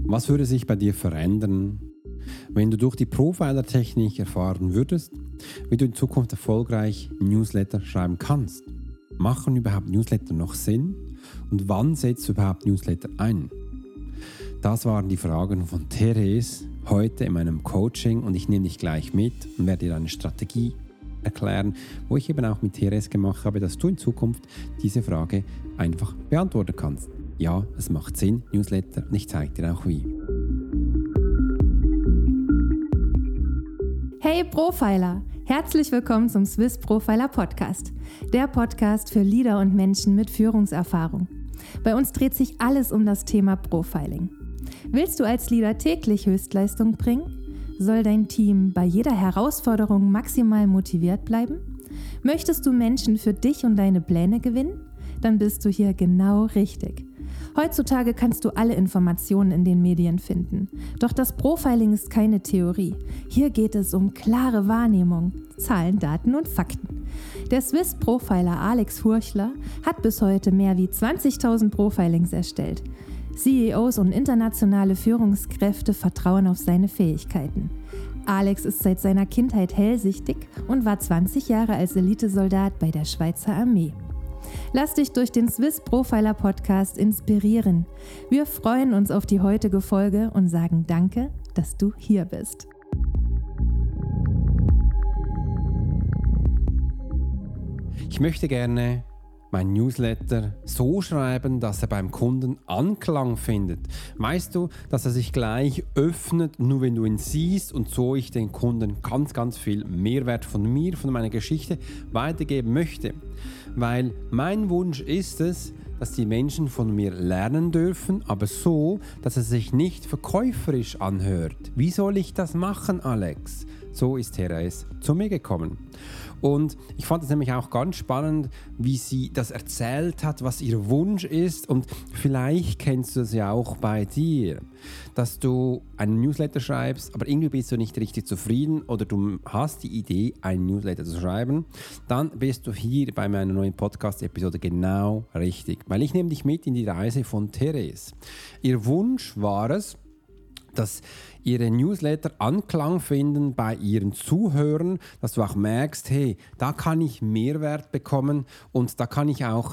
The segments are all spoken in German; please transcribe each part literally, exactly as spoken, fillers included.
Was würde sich bei dir verändern, wenn du durch die Profiler-Technik erfahren würdest, wie du in Zukunft erfolgreich Newsletter schreiben kannst? Machen überhaupt Newsletter noch Sinn? Und wann setzt du überhaupt Newsletter ein? Das waren die Fragen von Therese heute in meinem Coaching und ich nehme dich gleich mit und werde dir eine Strategie erklären, wo ich eben auch mit Therese gemacht habe, dass du in Zukunft diese Frage einfach beantworten kannst. Ja, es macht Sinn, Newsletter, und ich zeige dir auch wie. Hey Profiler! Herzlich willkommen zum Swiss Profiler Podcast, der Podcast für Leader und Menschen mit Führungserfahrung. Bei uns dreht sich alles um das Thema Profiling. Willst du als Leader täglich Höchstleistung bringen? Soll dein Team bei jeder Herausforderung maximal motiviert bleiben? Möchtest du Menschen für dich und deine Pläne gewinnen? Dann bist du hier genau richtig. Heutzutage kannst du alle Informationen in den Medien finden. Doch das Profiling ist keine Theorie. Hier geht es um klare Wahrnehmung, Zahlen, Daten und Fakten. Der Swiss Profiler Alex Furchler hat bis heute mehr wie zwanzigtausend Profilings erstellt. C E Os und internationale Führungskräfte vertrauen auf seine Fähigkeiten. Alex ist seit seiner Kindheit hellsichtig und war zwanzig Jahre als Elitesoldat bei der Schweizer Armee. Lass dich durch den Swiss Profiler Podcast inspirieren. Wir freuen uns auf die heutige Folge und sagen Danke, dass du hier bist. Ich möchte gerne mein Newsletter so schreiben, dass er beim Kunden Anklang findet. Weißt du, dass er sich gleich öffnet, nur wenn du ihn siehst und so ich den Kunden ganz, ganz viel Mehrwert von mir, von meiner Geschichte weitergeben möchte. Weil mein Wunsch ist es, dass die Menschen von mir lernen dürfen, aber so, dass es sich nicht verkäuferisch anhört. Wie soll ich das machen, Alex? So ist Therese zu mir gekommen. Und ich fand es nämlich auch ganz spannend, wie sie das erzählt hat, was ihr Wunsch ist. Und vielleicht kennst du es ja auch bei dir, dass du einen Newsletter schreibst, aber irgendwie bist du nicht richtig zufrieden oder du hast die Idee, einen Newsletter zu schreiben. Dann bist du hier bei meiner neuen Podcast-Episode genau richtig. Weil ich nehme dich mit in die Reise von Therese. Ihr Wunsch war es, dass ihre Newsletter Anklang finden bei ihren Zuhörern, dass du auch merkst, hey, da kann ich Mehrwert bekommen und da kann ich auch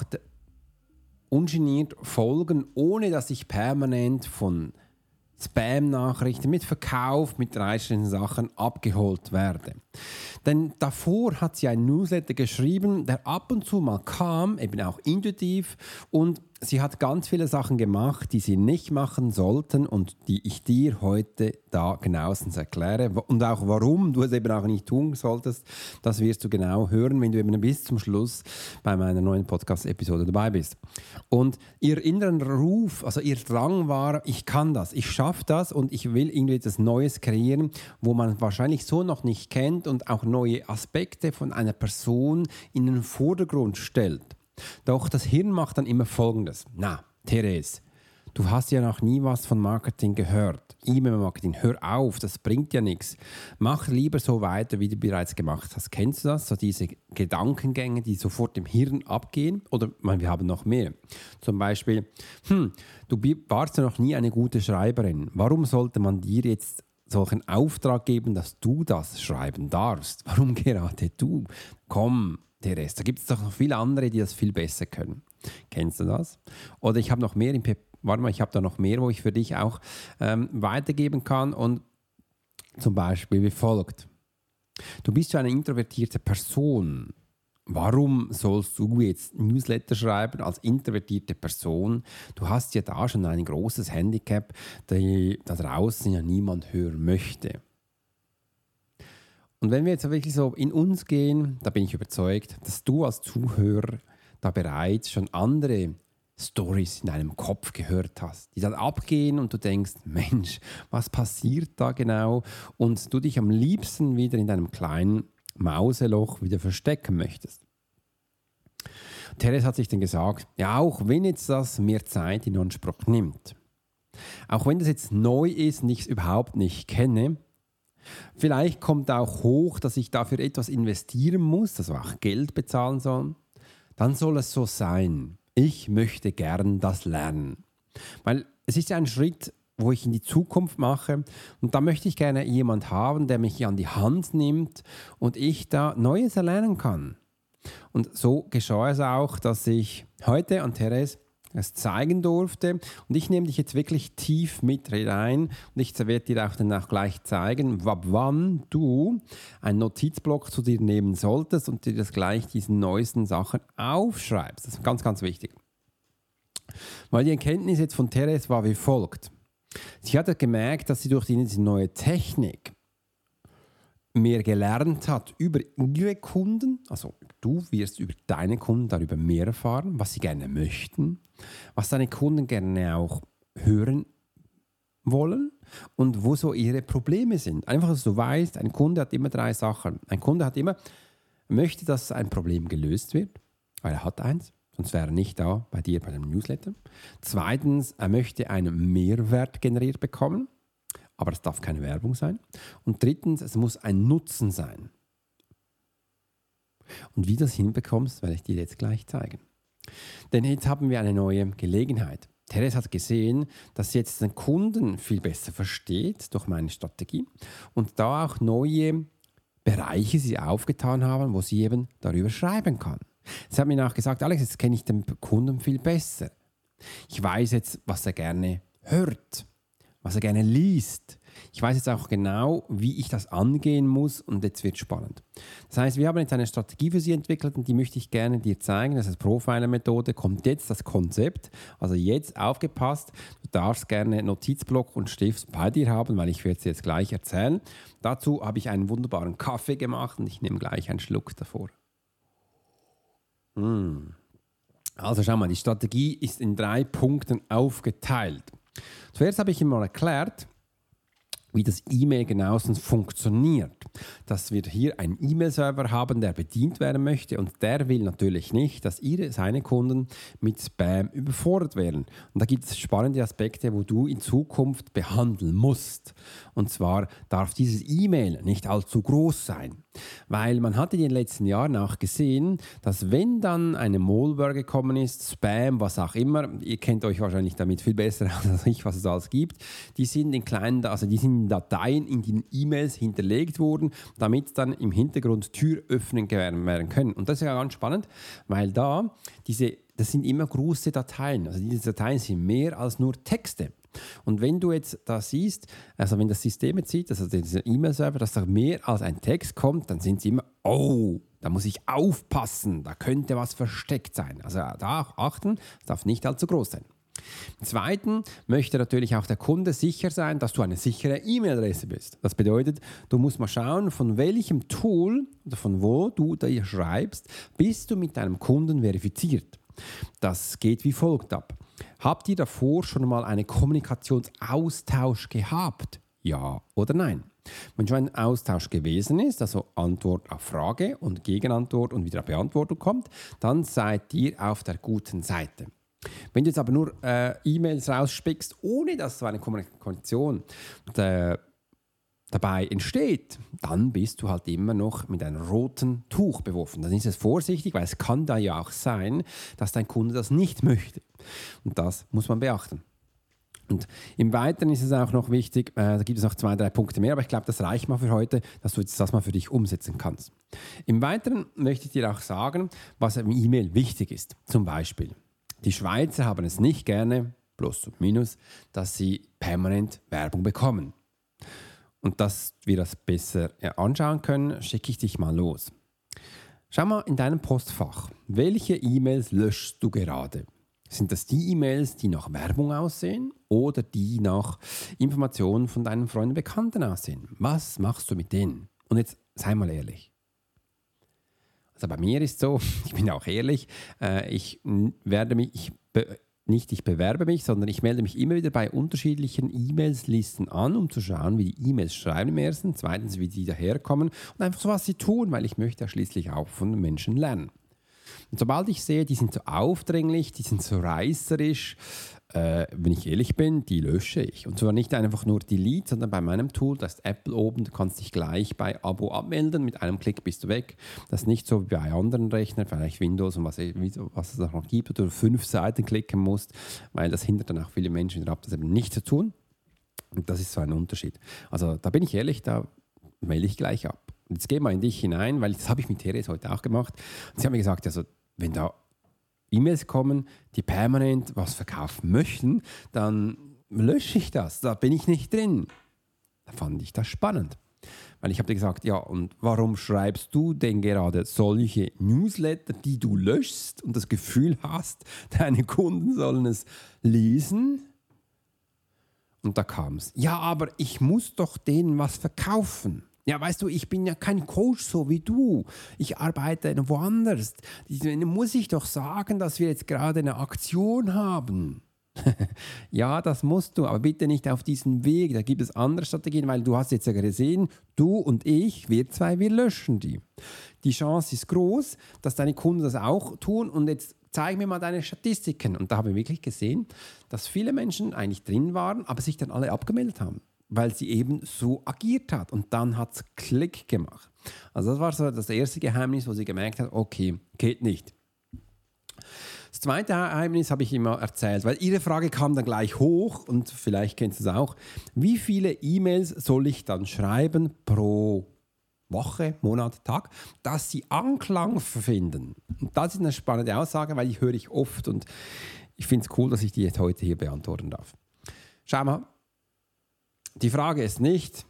ungeniert folgen, ohne dass ich permanent von Spam-Nachrichten mit Verkauf, mit reichlichen Sachen abgeholt werde. Denn davor hat sie einen Newsletter geschrieben, der ab und zu mal kam, eben auch intuitiv, und sie hat ganz viele Sachen gemacht, die sie nicht machen sollten und die ich dir heute da genauestens erkläre. Und auch warum du es eben auch nicht tun solltest, das wirst du genau hören, wenn du eben bis zum Schluss bei meiner neuen Podcast-Episode dabei bist. Und ihr inneren Ruf, also ihr Drang war, ich kann das, ich schaffe das und ich will irgendwie etwas Neues kreieren, wo man wahrscheinlich so noch nicht kennt und auch neue Aspekte von einer Person in den Vordergrund stellt. Doch das Hirn macht dann immer Folgendes. Na, Therese, du hast ja noch nie was von Marketing gehört. E-Mail-Marketing, hör auf, das bringt ja nichts. Mach lieber so weiter, wie du bereits gemacht hast. Kennst du das? So diese Gedankengänge, die sofort im Hirn abgehen? Oder man, wir haben noch mehr. Zum Beispiel, hm, du warst ja noch nie eine gute Schreiberin. Warum sollte man dir jetzt solchen Auftrag geben, dass du das schreiben darfst? Warum gerade du? Komm, Therese, da gibt es doch noch viele andere, die das viel besser können. Kennst du das? Oder ich habe noch mehr, im Pe- warte mal, ich habe da noch mehr, wo ich für dich auch ähm, weitergeben kann und zum Beispiel wie folgt. Du bist ja eine introvertierte Person. Warum sollst du jetzt Newsletter schreiben als introvertierte Person? Du hast ja da schon ein großes Handicap, die da draußen ja niemand hören möchte. Und wenn wir jetzt wirklich so in uns gehen, da bin ich überzeugt, dass du als Zuhörer da bereits schon andere Storys in deinem Kopf gehört hast, die dann abgehen und du denkst, Mensch, was passiert da genau? Und du dich am liebsten wieder in deinem kleinen Mauseloch wieder verstecken möchtest. Therese hat sich dann gesagt, ja, auch wenn jetzt das mehr Zeit in Anspruch nimmt, auch wenn das jetzt neu ist und ich es überhaupt nicht kenne, vielleicht kommt auch hoch, dass ich dafür etwas investieren muss, also auch Geld bezahlen soll. Dann soll es so sein. Ich möchte gern das lernen. Weil es ist ja ein Schritt wo ich in die Zukunft mache. Und da möchte ich gerne jemanden haben, der mich an die Hand nimmt und ich da Neues erlernen kann. Und so geschah es auch, dass ich heute an Therese es zeigen durfte. Und ich nehme dich jetzt wirklich tief mit rein und ich werde dir auch dann auch gleich zeigen, ab wann du einen Notizblock zu dir nehmen solltest und dir das gleich diesen neuesten Sachen aufschreibst. Das ist ganz, ganz wichtig. Weil die Erkenntnis jetzt von Therese war wie folgt. Sie hat gemerkt, dass sie durch diese neue Technik mehr gelernt hat über ihre Kunden. Also du wirst über deine Kunden darüber mehr erfahren, was sie gerne möchten, was deine Kunden gerne auch hören wollen und wo so ihre Probleme sind. Einfach, dass du weißt, ein Kunde hat immer drei Sachen. Ein Kunde hat immer, möchte, dass ein Problem gelöst wird, weil er hat eins. Sonst wäre er nicht da bei dir bei dem Newsletter. Zweitens, er möchte einen Mehrwert generiert bekommen, aber es darf keine Werbung sein. Und drittens, es muss ein Nutzen sein. Und wie du das hinbekommst, werde ich dir jetzt gleich zeigen. Denn jetzt haben wir eine neue Gelegenheit. Therese hat gesehen, dass sie jetzt den Kunden viel besser versteht durch meine Strategie und da auch neue Bereiche sie aufgetan haben, wo sie eben darüber schreiben kann. Sie hat mir auch gesagt, Alex, jetzt kenne ich den Kunden viel besser. Ich weiß jetzt, was er gerne hört, was er gerne liest. Ich weiß jetzt auch genau, wie ich das angehen muss und jetzt wird es spannend. Das heißt, wir haben jetzt eine Strategie für Sie entwickelt und die möchte ich gerne dir zeigen. Das ist die Profiler-Methode, kommt jetzt das Konzept. Also jetzt aufgepasst, du darfst gerne Notizblock und Stift bei dir haben, weil ich werde es jetzt gleich erzählen. Dazu habe ich einen wunderbaren Kaffee gemacht und ich nehme gleich einen Schluck davor. Mm. Also schau mal, die Strategie ist in drei Punkten aufgeteilt. Zuerst habe ich ihm mal erklärt, wie das E-Mail genauestens funktioniert. Dass wir hier einen E-Mail-Server haben, der bedient werden möchte und der will natürlich nicht, dass ihre, seine Kunden mit Spam überfordert werden. Und da gibt es spannende Aspekte, wo du in Zukunft behandeln musst. Und zwar darf dieses E-Mail nicht allzu groß sein. Weil man hat in den letzten Jahren auch gesehen, dass wenn dann eine Malware gekommen ist, Spam, was auch immer, ihr kennt euch wahrscheinlich damit viel besser als ich, was es alles gibt, die sind in kleinen, also die sind in Dateien in den E-Mails hinterlegt wurden, damit dann im Hintergrund Türöffnungen werden können. Und das ist ja ganz spannend, weil da diese, das sind immer große Dateien. Also diese Dateien sind mehr als nur Texte. Und wenn du jetzt da siehst, also wenn das System jetzt sieht, also dieser E-Mail-Server, dass da mehr als ein Text kommt, dann sind sie immer, oh, da muss ich aufpassen, da könnte was versteckt sein. Also da achten, es darf nicht allzu groß sein. Zweitens möchte natürlich auch der Kunde sicher sein, dass du eine sichere E-Mail-Adresse bist. Das bedeutet, du musst mal schauen, von welchem Tool oder von wo du da schreibst, bist du mit deinem Kunden verifiziert. Das geht wie folgt ab. Habt ihr davor schon mal einen Kommunikationsaustausch gehabt? Ja oder nein? Wenn schon ein Austausch gewesen ist, also Antwort auf Frage und Gegenantwort und wieder eine Beantwortung kommt, dann seid ihr auf der guten Seite. Wenn du jetzt aber nur äh, E-Mails rausspickst, ohne dass so eine Kommunikation äh, dabei entsteht, dann bist du halt immer noch mit einem roten Tuch beworfen. Dann ist es vorsichtig, weil es kann da ja auch sein, dass dein Kunde das nicht möchte. Und das muss man beachten. Und im Weiteren ist es auch noch wichtig, äh, da gibt es noch zwei, drei Punkte mehr, aber ich glaube, das reicht mal für heute, dass du jetzt das mal für dich umsetzen kannst. Im Weiteren möchte ich dir auch sagen, was im E-Mail wichtig ist. Zum Beispiel, die Schweizer haben es nicht gerne, plus und minus, dass sie permanent Werbung bekommen. Und dass wir das besser anschauen können, schicke ich dich mal los. Schau mal in deinem Postfach. Welche E-Mails löschst du gerade? Sind das die E-Mails, die nach Werbung aussehen oder die nach Informationen von deinen Freunden und Bekannten aussehen? Was machst du mit denen? Und jetzt sei mal ehrlich. Also bei mir ist so, ich bin auch ehrlich, äh, ich werde mich, ich be- nicht ich bewerbe mich, sondern ich melde mich immer wieder bei unterschiedlichen E-Mails-Listen an, um zu schauen, wie die E-Mails schreiben im ersten, zweitens, wie die daherkommen und einfach so, was sie tun, weil ich möchte ja schließlich auch von den Menschen lernen. Und sobald ich sehe, die sind so aufdringlich, die sind so reißerisch, äh, wenn ich ehrlich bin, die lösche ich. Und zwar nicht einfach nur Delete, sondern bei meinem Tool, das ist Apple oben, du kannst dich gleich bei Abo abmelden, mit einem Klick bist du weg. Das ist nicht so wie bei anderen Rechnern, vielleicht Windows und was, was es noch gibt, wo du fünf Seiten klicken musst, weil das hindert dann auch viele Menschen ab, das eben nicht zu tun. Und das ist so ein Unterschied. Also da bin ich ehrlich, da melde ich gleich ab. Und jetzt gehen wir in dich hinein, weil das habe ich mit Therese heute auch gemacht. Und sie hat mir gesagt, also wenn da E-Mails kommen, die permanent was verkaufen möchten, dann lösche ich das. Da bin ich nicht drin. Da fand ich das spannend. Weil ich habe dir gesagt, ja, und warum schreibst du denn gerade solche Newsletter, die du löschst und das Gefühl hast, deine Kunden sollen es lesen? Und da kam es. Ja, aber ich muss doch denen was verkaufen. Ja, weißt du, ich bin ja kein Coach so wie du. Ich arbeite woanders. Dann muss ich doch sagen, dass wir jetzt gerade eine Aktion haben. Ja, das musst du, aber bitte nicht auf diesen Weg. Da gibt es andere Strategien, weil du hast jetzt ja gesehen, du und ich, wir zwei, wir löschen die. Die Chance ist groß, dass deine Kunden das auch tun und jetzt zeig mir mal deine Statistiken. Und da habe ich wirklich gesehen, dass viele Menschen eigentlich drin waren, aber sich dann alle abgemeldet haben, weil sie eben so agiert hat. Und dann hat es Klick gemacht. Also das war so das erste Geheimnis, wo sie gemerkt hat, okay, geht nicht. Das zweite Geheimnis habe ich immer erzählt, weil ihre Frage kam dann gleich hoch und vielleicht kennst du es auch. Wie viele E-Mails soll ich dann schreiben pro Woche, Monat, Tag, dass sie Anklang finden? Und das ist eine spannende Aussage, weil ich höre ich oft und ich finde es cool, dass ich die jetzt heute hier beantworten darf. Schau mal, die Frage ist nicht,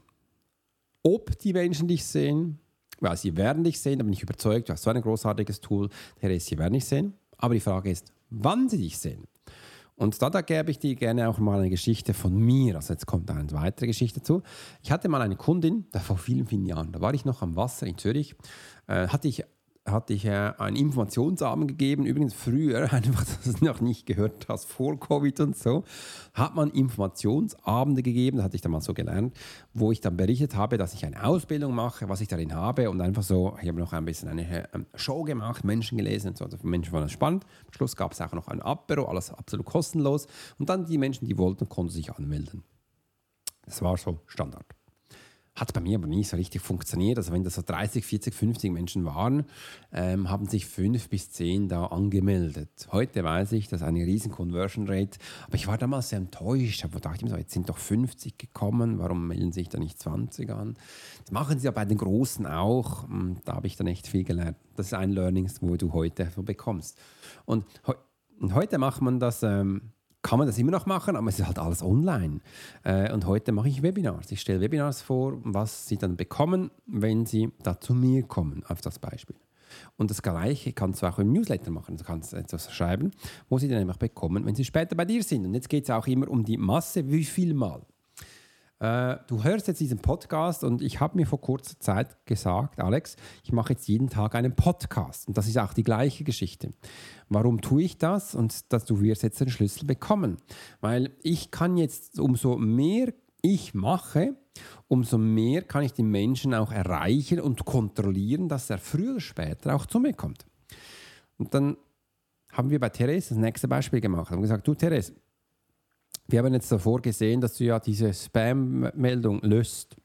ob die Menschen dich sehen, weil sie werden dich sehen, da bin ich überzeugt, du hast so ein großartiges Tool, Therese, sie werden dich sehen. Aber die Frage ist, wann sie dich sehen. Und da, da gebe ich dir gerne auch mal eine Geschichte von mir. Also jetzt kommt eine weitere Geschichte dazu. Ich hatte mal eine Kundin, da vor vielen, vielen Jahren, da war ich noch am Wasser in Zürich, äh, hatte ich hatte ich äh, einen Informationsabend gegeben, übrigens früher, einfach, dass du es noch nicht gehört hast, vor Covid und so, hat man Informationsabende gegeben, das hatte ich dann mal so gelernt, wo ich dann berichtet habe, dass ich eine Ausbildung mache, was ich darin habe und einfach so, ich habe noch ein bisschen eine äh, Show gemacht, Menschen gelesen und so, also für Menschen war das spannend. Am Schluss gab es auch noch ein Apero, alles absolut kostenlos und dann die Menschen, die wollten, konnten sich anmelden. Das war so Standard. Hat bei mir aber nie so richtig funktioniert. Also wenn das so dreißig, vierzig, fünfzig Menschen waren, ähm, haben sich fünf bis zehn da angemeldet. Heute weiß ich, das ist eine riesen Conversion Rate. Aber ich war damals sehr enttäuscht. Aber dachte ich mir so, jetzt sind doch fünfzig gekommen. Warum melden sich da nicht zwanzig an? Das machen sie ja bei den Großen auch. Und da habe ich dann echt viel gelernt. Das ist ein Learning, wo du heute so bekommst. Und, he- und heute macht man das... Ähm, kann man das immer noch machen, aber es ist halt alles online. Äh, und heute mache ich Webinars. Ich stelle Webinars vor, was Sie dann bekommen, wenn Sie da zu mir kommen, auf das Beispiel. Und das Gleiche kannst du auch im Newsletter machen. Du kannst etwas schreiben, wo Sie dann einfach bekommen, wenn Sie später bei dir sind. Und jetzt geht es auch immer um die Masse, wie viel Mal. Äh, du hörst jetzt diesen Podcast und ich habe mir vor kurzer Zeit gesagt, Alex, ich mache jetzt jeden Tag einen Podcast. Und das ist auch die gleiche Geschichte. Warum tue ich das? Und dass du wirst jetzt den Schlüssel bekommen. Weil ich kann jetzt, umso mehr ich mache, umso mehr kann ich den Menschen auch erreichen und kontrollieren, dass er früher oder später auch zu mir kommt. Und dann haben wir bei Therese das nächste Beispiel gemacht. Wir haben gesagt, du Therese, wir haben jetzt davor gesehen, dass du ja diese Spam-Meldung löst.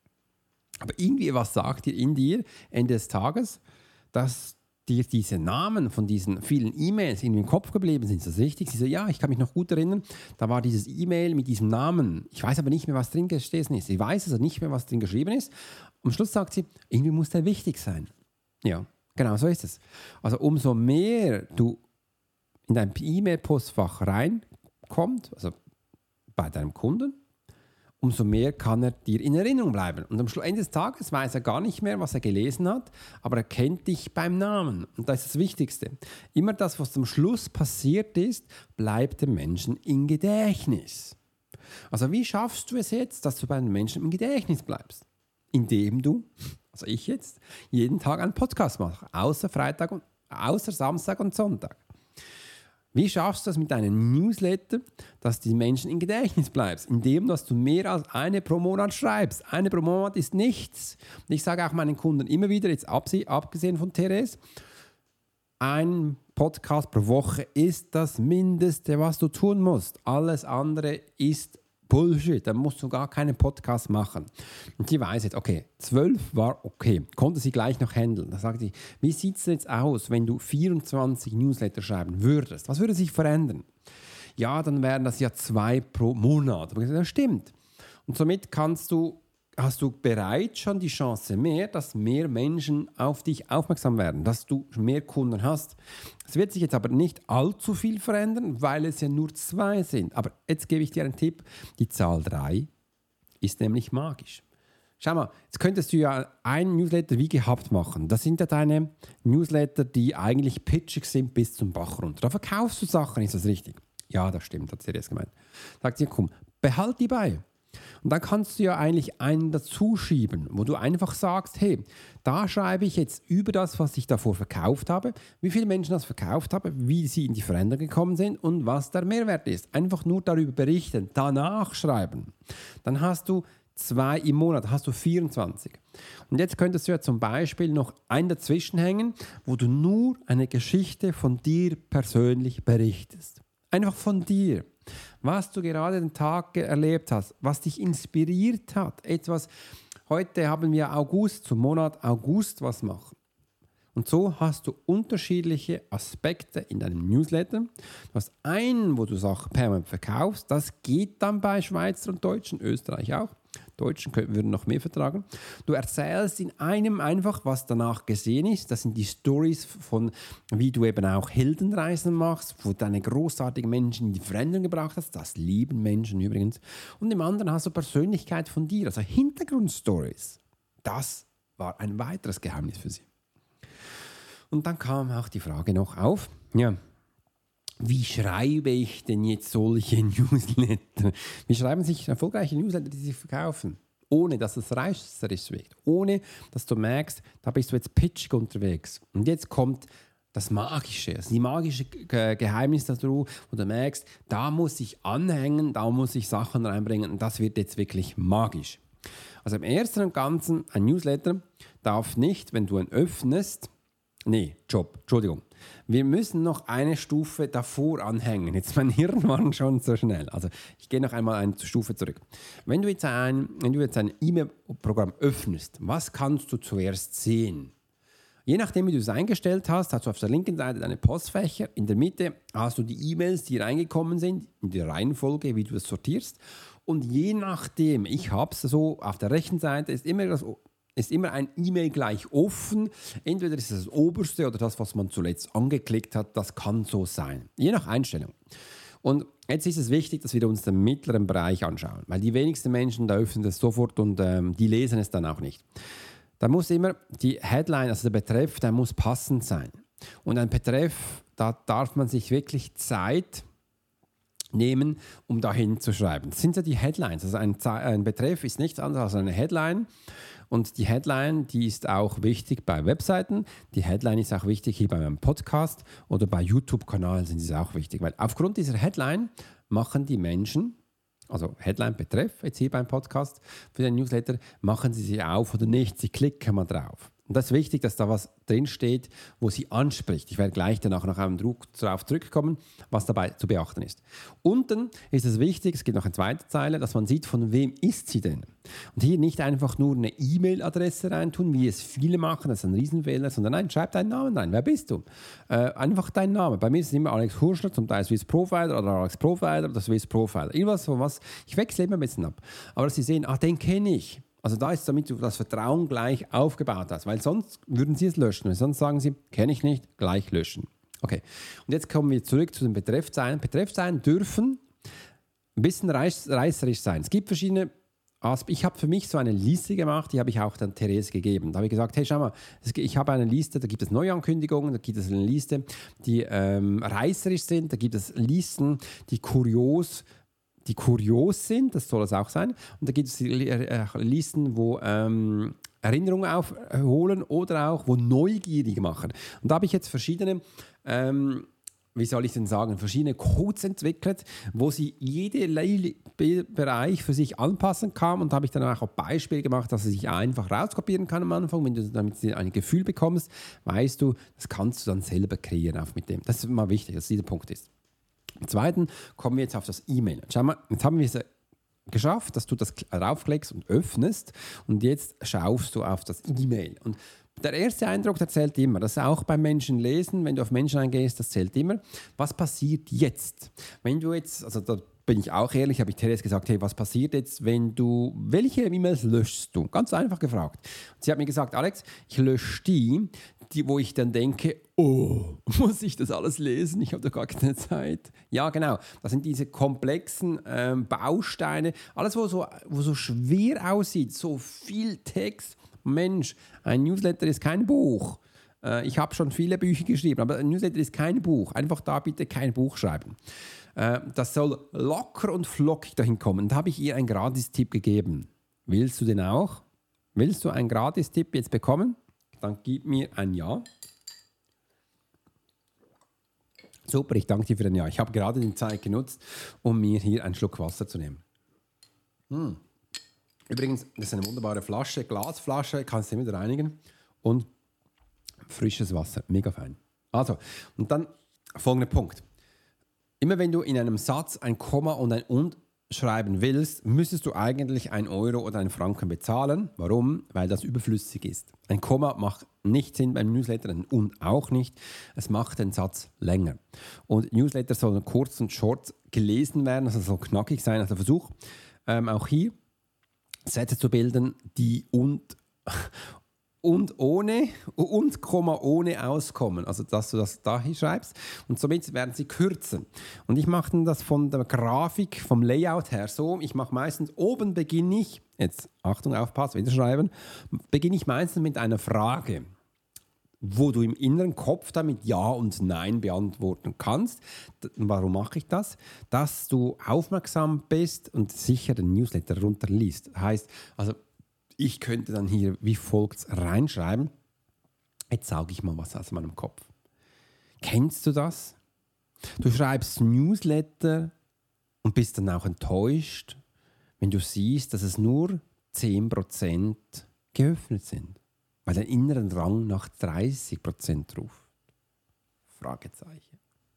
Aber irgendwie, was sagt dir in dir Ende des Tages, dass dir diese Namen von diesen vielen E-Mails in den Kopf geblieben sind? Ist das richtig? Sie so, ja, ich kann mich noch gut erinnern, da war dieses E-Mail mit diesem Namen. Ich weiß aber nicht mehr, was drin gestanden ist. Ich weiß also nicht mehr, was drin geschrieben ist. Am Schluss sagt sie, irgendwie muss der wichtig sein. Ja, genau, so ist es. Also umso mehr du in dein E-Mail-Postfach reinkommst, also bei deinem Kunden, umso mehr kann er dir in Erinnerung bleiben. Und am Ende des Tages weiß er gar nicht mehr, was er gelesen hat, aber er kennt dich beim Namen. Und das ist das Wichtigste. Immer das, was zum Schluss passiert ist, bleibt dem Menschen im Gedächtnis. Also wie schaffst du es jetzt, dass du bei den Menschen im Gedächtnis bleibst? Indem du, also ich jetzt, jeden Tag einen Podcast mache, außer Freitag und außer Samstag und Sonntag. Wie schaffst du das mit deinem Newsletter, dass die Menschen im Gedächtnis bleibst? Indem, dass du mehr als eine pro Monat schreibst. Eine pro Monat ist nichts. Und ich sage auch meinen Kunden immer wieder, jetzt abgesehen von Therese, ein Podcast pro Woche ist das Mindeste, was du tun musst. Alles andere ist Bullshit, da musst du gar keinen Podcast machen. Und sie weiß jetzt, okay, zwölf war okay, konnte sie gleich noch handeln. Da sagt sie, wie sieht es jetzt aus, wenn du vierundzwanzig Newsletter schreiben würdest? Was würde sich verändern? Ja, dann wären das ja zwei pro Monat. Aber das stimmt. Und somit kannst du, hast du bereits schon die Chance mehr, dass mehr Menschen auf dich aufmerksam werden, dass du mehr Kunden hast. Es wird sich jetzt aber nicht allzu viel verändern, weil es ja nur zwei sind. Aber jetzt gebe ich dir einen Tipp. Die Zahl drei ist nämlich magisch. Schau mal, jetzt könntest du ja ein Newsletter wie gehabt machen. Das sind ja deine Newsletter, die eigentlich pitchig sind bis zum Bach runter. Da verkaufst du Sachen, ist das richtig? Ja, das stimmt, hat sie jetzt gemeint. Sagt sie, komm, behalt die bei. Und dann kannst du ja eigentlich einen dazu schieben, wo du einfach sagst, hey, da schreibe ich jetzt über das, was ich davor verkauft habe, wie viele Menschen das verkauft haben, wie sie in die Veränderung gekommen sind und was der Mehrwert ist. Einfach nur darüber berichten, danach schreiben. Dann hast du zwei im Monat, hast du vierundzwanzig. Und jetzt könntest du ja zum Beispiel noch einen dazwischen hängen, wo du nur eine Geschichte von dir persönlich berichtest. Einfach von dir. Was du gerade den Tag erlebt hast, was dich inspiriert hat. Etwas, heute haben wir August, zum Monat August was machen. Und so hast du unterschiedliche Aspekte in deinem Newsletter. Du hast einen, wo du Sachen permanent verkaufst. Das geht dann bei Schweizer und Deutschen, Österreich auch. Deutschen würden noch mehr vertragen. Du erzählst in einem einfach, was danach gesehen ist. Das sind die Stories von, wie du eben auch Heldenreisen machst, wo deine großartigen Menschen in die Veränderung gebracht hast. Das lieben Menschen übrigens. Und im anderen hast du Persönlichkeit von dir, also Hintergrundstories. Das war ein weiteres Geheimnis für sie. Und dann kam auch die Frage noch auf, ja, wie schreibe ich denn jetzt solche Newsletter? Wie schreiben sich erfolgreiche Newsletter, die sich verkaufen? Ohne, dass es reißerisch wirkt. Ohne, dass du merkst, da bist du jetzt pitchig unterwegs. Und jetzt kommt das Magische, also die magische Geheimnis dazu, wo du merkst, da muss ich anhängen, da muss ich Sachen reinbringen und das wird jetzt wirklich magisch. Also im Ersten und Ganzen, ein Newsletter darf nicht, wenn du ihn öffnest, nee, Job, Entschuldigung. Wir müssen noch eine Stufe davor anhängen. Jetzt mein Hirn war schon so schnell. Also ich gehe noch einmal eine Stufe zurück. Wenn du jetzt ein, wenn du jetzt ein E-Mail-Programm öffnest, was kannst du zuerst sehen? Je nachdem, wie du es eingestellt hast, hast du auf der linken Seite deine Postfächer. In der Mitte hast du die E-Mails, die reingekommen sind, in der Reihenfolge, wie du es sortierst. Und je nachdem, ich habe es so, auf der rechten Seite ist immer das... ist immer ein E-Mail gleich offen. Entweder ist es das oberste oder das, was man zuletzt angeklickt hat. Das kann so sein. Je nach Einstellung. Und jetzt ist es wichtig, dass wir uns den mittleren Bereich anschauen. Weil die wenigsten Menschen, da öffnen das sofort und ähm, die lesen es dann auch nicht. Da muss immer die Headline, also der Betreff, der muss passend sein. Und ein Betreff, da darf man sich wirklich Zeit nehmen, um dahin zu schreiben. Das sind ja die Headlines. Also ein, ein Betreff ist nichts anderes als eine Headline. Und die Headline, die ist auch wichtig bei Webseiten. Die Headline ist auch wichtig hier bei meinem Podcast oder bei YouTube-Kanalen sind sie auch wichtig. Weil aufgrund dieser Headline machen die Menschen, also Headline betreff, jetzt hier beim Podcast für den Newsletter, machen sie sie auf oder nicht. Sie klicken mal drauf. Und das ist wichtig, dass da was drinsteht, wo sie anspricht. Ich werde gleich danach nach einem Druck darauf zurückkommen, was dabei zu beachten ist. Unten ist es wichtig, es gibt noch eine zweite Zeile, dass man sieht, von wem ist sie denn. Und hier nicht einfach nur eine E-Mail-Adresse reintun, wie es viele machen, das ist ein Riesenfehler, sondern nein, schreib deinen Namen rein. Wer bist du? Äh, einfach deinen Namen. Bei mir ist es immer Alex Hurschler, zum Teil Swiss Profiler oder Alex Profiler oder Swiss Profiler. Irgendwas, was, ich wechsle immer ein bisschen ab. Aber dass sie sehen, ah, den kenne ich. Also da ist, damit du das Vertrauen gleich aufgebaut hast, weil sonst würden sie es löschen. Weil sonst sagen sie, kenne ich nicht, gleich löschen. Okay, und jetzt kommen wir zurück zu den Betreffzeilen. Betreffzeilen dürfen ein bisschen reiß, reißerisch sein. Es gibt verschiedene Aspekte. Ich habe für mich so eine Liste gemacht, die habe ich auch dann Therese gegeben. Da habe ich gesagt, hey, schau mal, ich habe eine Liste, da gibt es Neuankündigungen, da gibt es eine Liste, die ähm, reißerisch sind, da gibt es Listen, die kurios sind. die kurios sind, das soll es auch sein. Und da gibt es Listen, wo ähm, Erinnerungen aufholen oder auch, wo neugierig machen. Und da habe ich jetzt verschiedene, ähm, wie soll ich denn sagen, verschiedene Codes entwickelt, wo sie jeden Bereich für sich anpassen kann. Und da habe ich dann auch Beispiele gemacht, dass sie sich einfach rauskopieren kann am Anfang. Wenn du damit ein Gefühl bekommst, weißt du, das kannst du dann selber kreieren auch mit dem. Das ist immer wichtig, dass dieser Punkt ist. Im Zweiten kommen wir jetzt auf das E-Mail. Schau mal, jetzt haben wir es geschafft, dass du das raufklickst und öffnest und jetzt schaust du auf das E-Mail. Und der erste Eindruck, der zählt immer. Das ist auch beim Menschen lesen, wenn du auf Menschen eingehst, das zählt immer. Was passiert jetzt? Wenn du jetzt, also da bin ich auch ehrlich, habe ich Therese gesagt, hey, was passiert jetzt, wenn du, welche E-Mails löschst du? Ganz einfach gefragt. Und sie hat mir gesagt, Alex, ich lösche die, die, wo ich dann denke, oh, muss ich das alles lesen? Ich habe doch gar keine Zeit. Ja, genau. Das sind diese komplexen ähm, Bausteine, alles, wo so, wo so schwer aussieht, so viel Text. Mensch, ein Newsletter ist kein Buch. Äh, ich habe schon viele Bücher geschrieben, aber ein Newsletter ist kein Buch. Einfach da bitte kein Buch schreiben. Das soll locker und flockig dahin kommen. Da habe ich ihr einen Gratis-Tipp gegeben. Willst du den auch? Willst du einen Gratis-Tipp jetzt bekommen? Dann gib mir ein Ja. Super, ich danke dir für ein Ja. Ich habe gerade die Zeit genutzt, um mir hier einen Schluck Wasser zu nehmen. Hm. Übrigens, das ist eine wunderbare Flasche, Glasflasche, kannst du wieder reinigen. Und frisches Wasser, mega fein. Also, und dann folgender Punkt. Immer wenn du in einem Satz ein Komma und ein Und schreiben willst, müsstest du eigentlich ein Euro oder einen Franken bezahlen. Warum? Weil das überflüssig ist. Ein Komma macht nicht Sinn beim Newsletter, ein Und auch nicht. Es macht den Satz länger. Und Newsletter sollen kurz und short gelesen werden, also soll knackig sein. Also Versuch, ähm, auch hier Sätze zu bilden, die und und ohne und Komma ohne auskommen, also dass du das da hier schreibst und somit werden sie kürzer. Und ich mache das von der Grafik, vom Layout her so, ich mache meistens oben beginne ich, jetzt Achtung, aufpassen, wieder schreiben, beginne ich meistens mit einer Frage, wo du im inneren Kopf damit Ja und Nein beantworten kannst. Warum mache ich das? Dass du aufmerksam bist und sicher den Newsletter runterliest. Heißt, also ich könnte dann hier wie folgt reinschreiben. Jetzt sauge ich mal was aus meinem Kopf. Kennst du das? Du schreibst Newsletter und bist dann auch enttäuscht, wenn du siehst, dass es nur zehn Prozent geöffnet sind, weil dein inneren Drang nach dreißig Prozent ruft. Fragezeichen.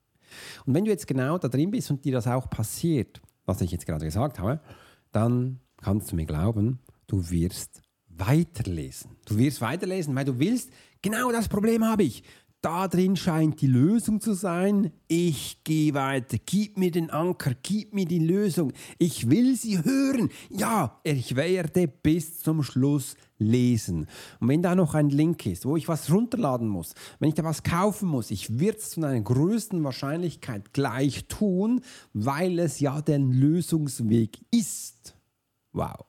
Und wenn du jetzt genau da drin bist und dir das auch passiert, was ich jetzt gerade gesagt habe, dann kannst du mir glauben, du wirst weiterlesen. Du wirst weiterlesen, weil du willst, genau das Problem habe ich. Da drin scheint die Lösung zu sein. Ich gehe weiter. Gib mir den Anker, gib mir die Lösung. Ich will sie hören. Ja, ich werde bis zum Schluss lesen. Und wenn da noch ein Link ist, wo ich was runterladen muss, wenn ich da was kaufen muss, ich werde es zu einer größten Wahrscheinlichkeit gleich tun, weil es ja der Lösungsweg ist. Wow.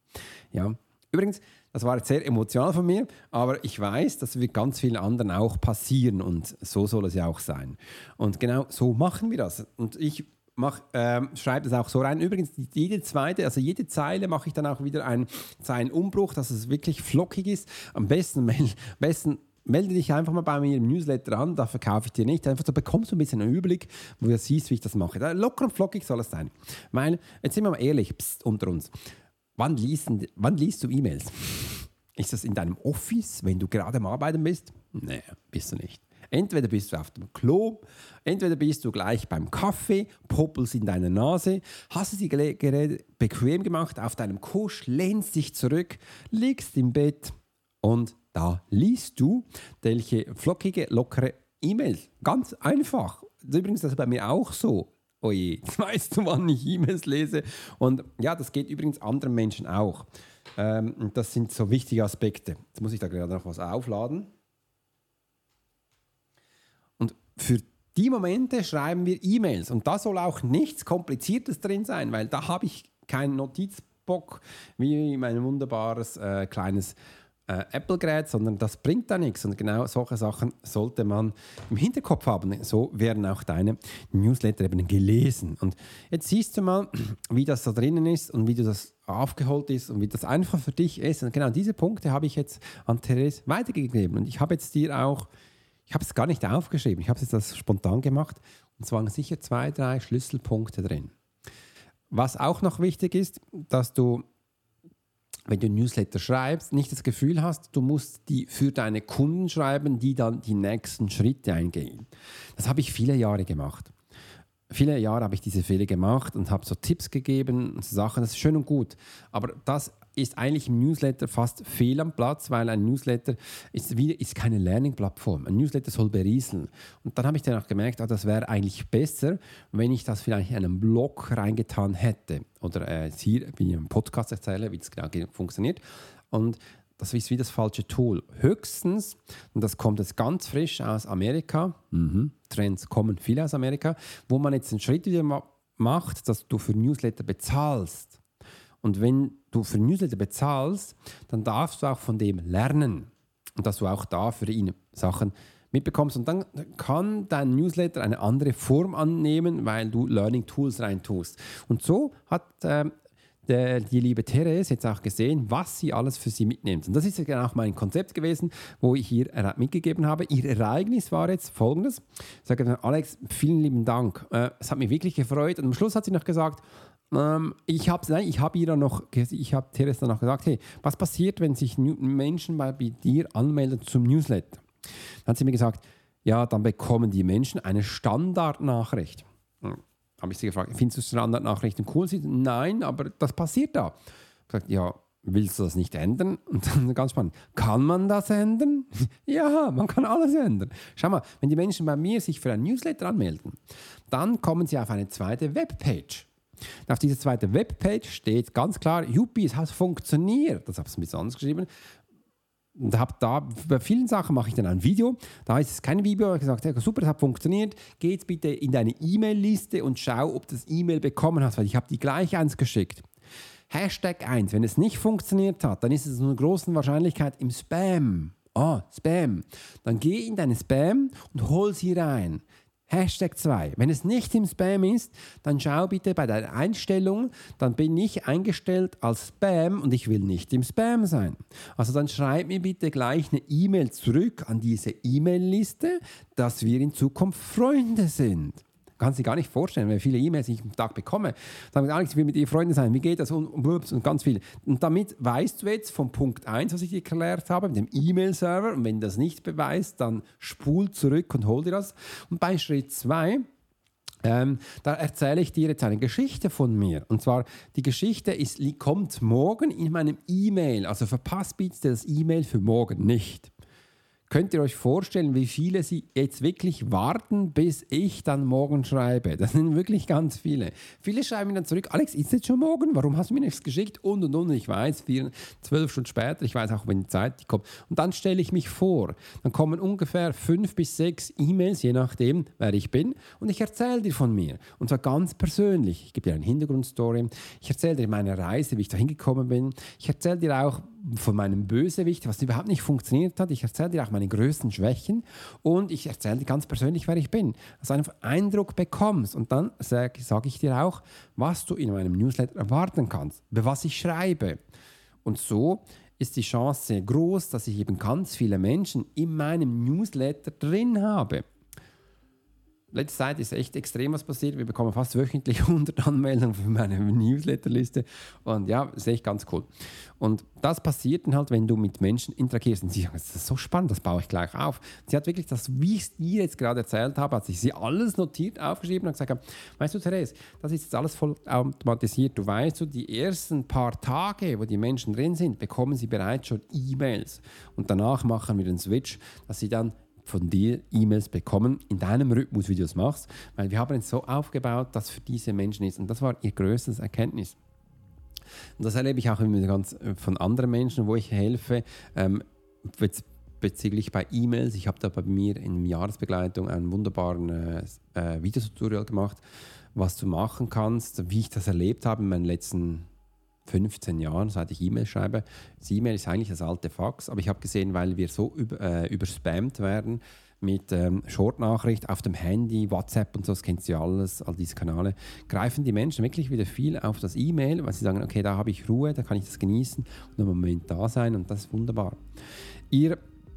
Ja, übrigens, das war jetzt sehr emotional von mir, aber ich weiß, das wird ganz vielen anderen auch passieren und so soll es ja auch sein. Und genau so machen wir das. Und ich mach, ähm, schreibe das auch so rein. Übrigens, jede zweite, also jede Zeile mache ich dann auch wieder einen Zeilenumbruch, dass es wirklich flockig ist. Am besten, am besten melde dich einfach mal bei mir im Newsletter an, da verkaufe ich dir nicht. Einfach so bekommst du ein bisschen einen Überblick, wo du siehst, wie ich das mache. Locker und flockig soll es sein. Weil, jetzt sind wir mal ehrlich, pst, unter uns. Wann liest, wann liest du E-Mails? Ist das in deinem Office, wenn du gerade am Arbeiten bist? Nee, bist du nicht. Entweder bist du auf dem Klo, entweder bist du gleich beim Kaffee, Poppels in deiner Nase, hast du die Geräte bequem gemacht auf deinem Kusch, lehnst dich zurück, liegst im Bett und da liest du welche flockige, lockere E-Mails. Ganz einfach. Übrigens, das ist bei mir auch so. Oje, jetzt weißt du, wann ich E-Mails lese. Und ja, das geht übrigens anderen Menschen auch. Ähm, das sind so wichtige Aspekte. Jetzt muss ich da gerade noch was aufladen. Und für die Momente schreiben wir E-Mails. Und da soll auch nichts Kompliziertes drin sein, weil da habe ich keinen Notizblock wie mein wunderbares äh, kleines äh, Apple-Gerät, sondern das bringt da nichts. Und genau solche Sachen sollte man im Hinterkopf haben. So werden auch deine Newsletter eben gelesen. Und jetzt siehst du mal, wie das da drinnen ist und wie du das aufgeholt ist und wie das einfach für dich ist. Und genau diese Punkte habe ich jetzt an Therese weitergegeben. Und ich habe jetzt dir auch, ich habe es gar nicht aufgeschrieben, ich habe es jetzt spontan gemacht. Und es waren sicher zwei, drei Schlüsselpunkte drin. Was auch noch wichtig ist, dass du, wenn du Newsletter schreibst, nicht das Gefühl hast, du musst die für deine Kunden schreiben, die dann die nächsten Schritte eingehen. Das habe ich viele Jahre gemacht. Viele Jahre habe ich diese Fehler gemacht und habe so Tipps gegeben und so Sachen. Das ist schön und gut. Aber das ist eigentlich im Newsletter fast fehl am Platz, weil ein Newsletter ist, wieder, ist keine Learning-Plattform. Ein Newsletter soll berieseln. Und dann habe ich dann auch gemerkt, ah, das wäre eigentlich besser, wenn ich das vielleicht in einen Blog reingetan hätte. Oder äh, hier, wie ich im Podcast erzähle, wie das genau funktioniert. Und das ist wie das falsche Tool. Höchstens, und das kommt jetzt ganz frisch aus Amerika, mhm. Trends kommen viele aus Amerika, wo man jetzt einen Schritt wieder ma- macht, dass du für Newsletter bezahlst. Und wenn du für Newsletter bezahlst, dann darfst du auch von dem lernen. Und dass du auch da für ihn Sachen mitbekommst. Und dann kann dein Newsletter eine andere Form annehmen, weil du Learning Tools reintust. Und so hat ähm, Der, die liebe Therese jetzt auch gesehen, was sie alles für sie mitnimmt. Und das ist ja genau auch mein Konzept gewesen, wo ich ihr mitgegeben habe. Ihr Ereignis war jetzt folgendes. Ich sage dann, Alex, vielen lieben Dank. Äh, es hat mich wirklich gefreut. Und am Schluss hat sie noch gesagt, ähm, ich habe ich hab ihr dann noch, ich habe Therese dann noch gesagt, hey, was passiert, wenn sich Menschen bei, bei dir anmelden zum Newsletter? Dann hat sie mir gesagt, ja, dann bekommen die Menschen eine Standardnachricht. Hm. Habe ich sie gefragt, findest du Standardnachrichten cool? Sie, nein, aber das passiert da. Ich habe gesagt, ja, willst du das nicht ändern? Und dann ganz spannend, kann man das ändern? Ja, man kann alles ändern. Schau mal, wenn die Menschen bei mir sich für ein Newsletter anmelden, dann kommen sie auf eine zweite Webpage. Und auf dieser zweiten Webpage steht ganz klar, Juppie, es hat funktioniert. Das habe ich ein bisschen anders geschrieben. Und habe da, bei vielen Sachen mache ich dann ein Video. Da ist es kein Video. Ich habe gesagt, ja, super, das hat funktioniert. Geh jetzt bitte in deine E-Mail-Liste und schau, ob du das E-Mail bekommen hast, weil ich habe die gleich eins geschickt. Hashtag eins, wenn es nicht funktioniert hat, dann ist es mit einer großen Wahrscheinlichkeit im Spam. Ah, Spam. Dann geh in deine Spam und hol sie rein. Hashtag zwei. Wenn es nicht im Spam ist, dann schau bitte bei deiner Einstellung, dann bin ich eingestellt als Spam und ich will nicht im Spam sein. Also dann schreib mir bitte gleich eine E-Mail zurück an diese E-Mail-Liste, dass wir in Zukunft Freunde sind. Kannst du dir gar nicht vorstellen, wie viele E-Mails ich am Tag bekomme. Dann sagt Alex, ich will mit dir Freunde sein, wie geht das und, und, und ganz viel. Und damit weißt du jetzt vom Punkt eins, was ich dir erklärt habe, mit dem E-Mail-Server. Und wenn du das nicht beweist, dann spul zurück und hol dir das. Und bei Schritt zwei, ähm, da erzähle ich dir jetzt eine Geschichte von mir. Und zwar, die Geschichte ist, kommt morgen in meinem E-Mail. Also verpasst bitte das E-Mail für morgen nicht. Könnt ihr euch vorstellen, wie viele sie jetzt wirklich warten, bis ich dann morgen schreibe? Das sind wirklich ganz viele. Viele schreiben mir dann zurück, Alex, ist jetzt schon morgen? Warum hast du mir nichts geschickt? Und, und, und. Ich weiß, vier, zwölf Stunden später, ich weiß auch, wenn die Zeit kommt. Und dann stelle ich mich vor. Dann kommen ungefähr fünf bis sechs E-Mails, je nachdem, wer ich bin. Und ich erzähle dir von mir. Und zwar ganz persönlich. Ich gebe dir eine Hintergrundstory. Ich erzähle dir meine Reise, wie ich da hingekommen bin. Ich erzähle dir auch von meinem Bösewicht, was überhaupt nicht funktioniert hat. Ich erzähle dir auch meine größten Schwächen und ich erzähle dir ganz persönlich, wer ich bin. Dass du einen Eindruck bekommst und dann sage sag ich dir auch, was du in meinem Newsletter erwarten kannst, über was ich schreibe. Und so ist die Chance sehr groß, dass ich eben ganz viele Menschen in meinem Newsletter drin habe. Letzte Zeit ist echt extrem was passiert. Wir bekommen fast wöchentlich hundert Anmeldungen für meine Newsletterliste. Und ja, das ist echt ganz cool. Und das passiert dann halt, wenn du mit Menschen interagierst. Und sie sagen, das ist so spannend, das baue ich gleich auf. Sie hat wirklich das, wie ich es dir jetzt gerade erzählt habe, hat sich sie alles notiert, aufgeschrieben und gesagt, weißt du, Therese, das ist jetzt alles voll automatisiert. Du weißt, du, die ersten paar Tage, wo die Menschen drin sind, bekommen sie bereits schon E-Mails. Und danach machen wir den Switch, dass sie dann von dir E-Mails bekommen, in deinem Rhythmus, wie du es machst, weil wir haben es so aufgebaut, dass für diese Menschen ist. Und das war ihr größtes Erkenntnis. Und das erlebe ich auch immer ganz von anderen Menschen, wo ich helfe, ähm, bezüglich bei E-Mails. Ich habe da bei mir in der Jahresbegleitung einen wunderbaren äh, Videotutorial gemacht, was du machen kannst, wie ich das erlebt habe in meinen letzten fünfzehn Jahren, seit ich E-Mail schreibe. Das E-Mail ist eigentlich das alte Fax, aber ich habe gesehen, weil wir so über, äh, überspammt werden mit ähm, Short-Nachricht auf dem Handy, WhatsApp und so, das kennst du ja alles, all diese Kanäle, greifen die Menschen wirklich wieder viel auf das E-Mail, weil sie sagen, okay, da habe ich Ruhe, da kann ich das genießen und im Moment da sein und das ist wunderbar. Ihr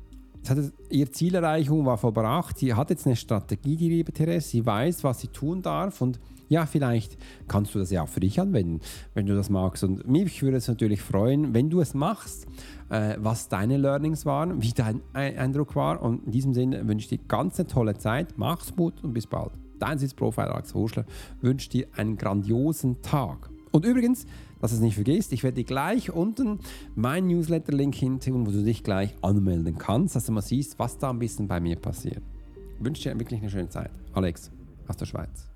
Ihre Zielerreichung war vollbracht. Sie hat jetzt eine Strategie, die liebe Therese. Sie weiß, was sie tun darf. Und ja, vielleicht kannst du das ja auch für dich anwenden, wenn du das magst. Und mich würde es natürlich freuen, wenn du es machst, äh, was deine Learnings waren, wie dein Eindruck war. Und in diesem Sinne wünsche ich dir ganz eine tolle Zeit. Mach's gut und bis bald. Dein Swiss Profiler Alex Horschler wünscht dir einen grandiosen Tag. Und übrigens, dass du es nicht vergisst. Ich werde dir gleich unten meinen Newsletter-Link hin tun, wo du dich gleich anmelden kannst, dass du mal siehst, was da ein bisschen bei mir passiert. Ich wünsche dir wirklich eine schöne Zeit. Alex aus der Schweiz.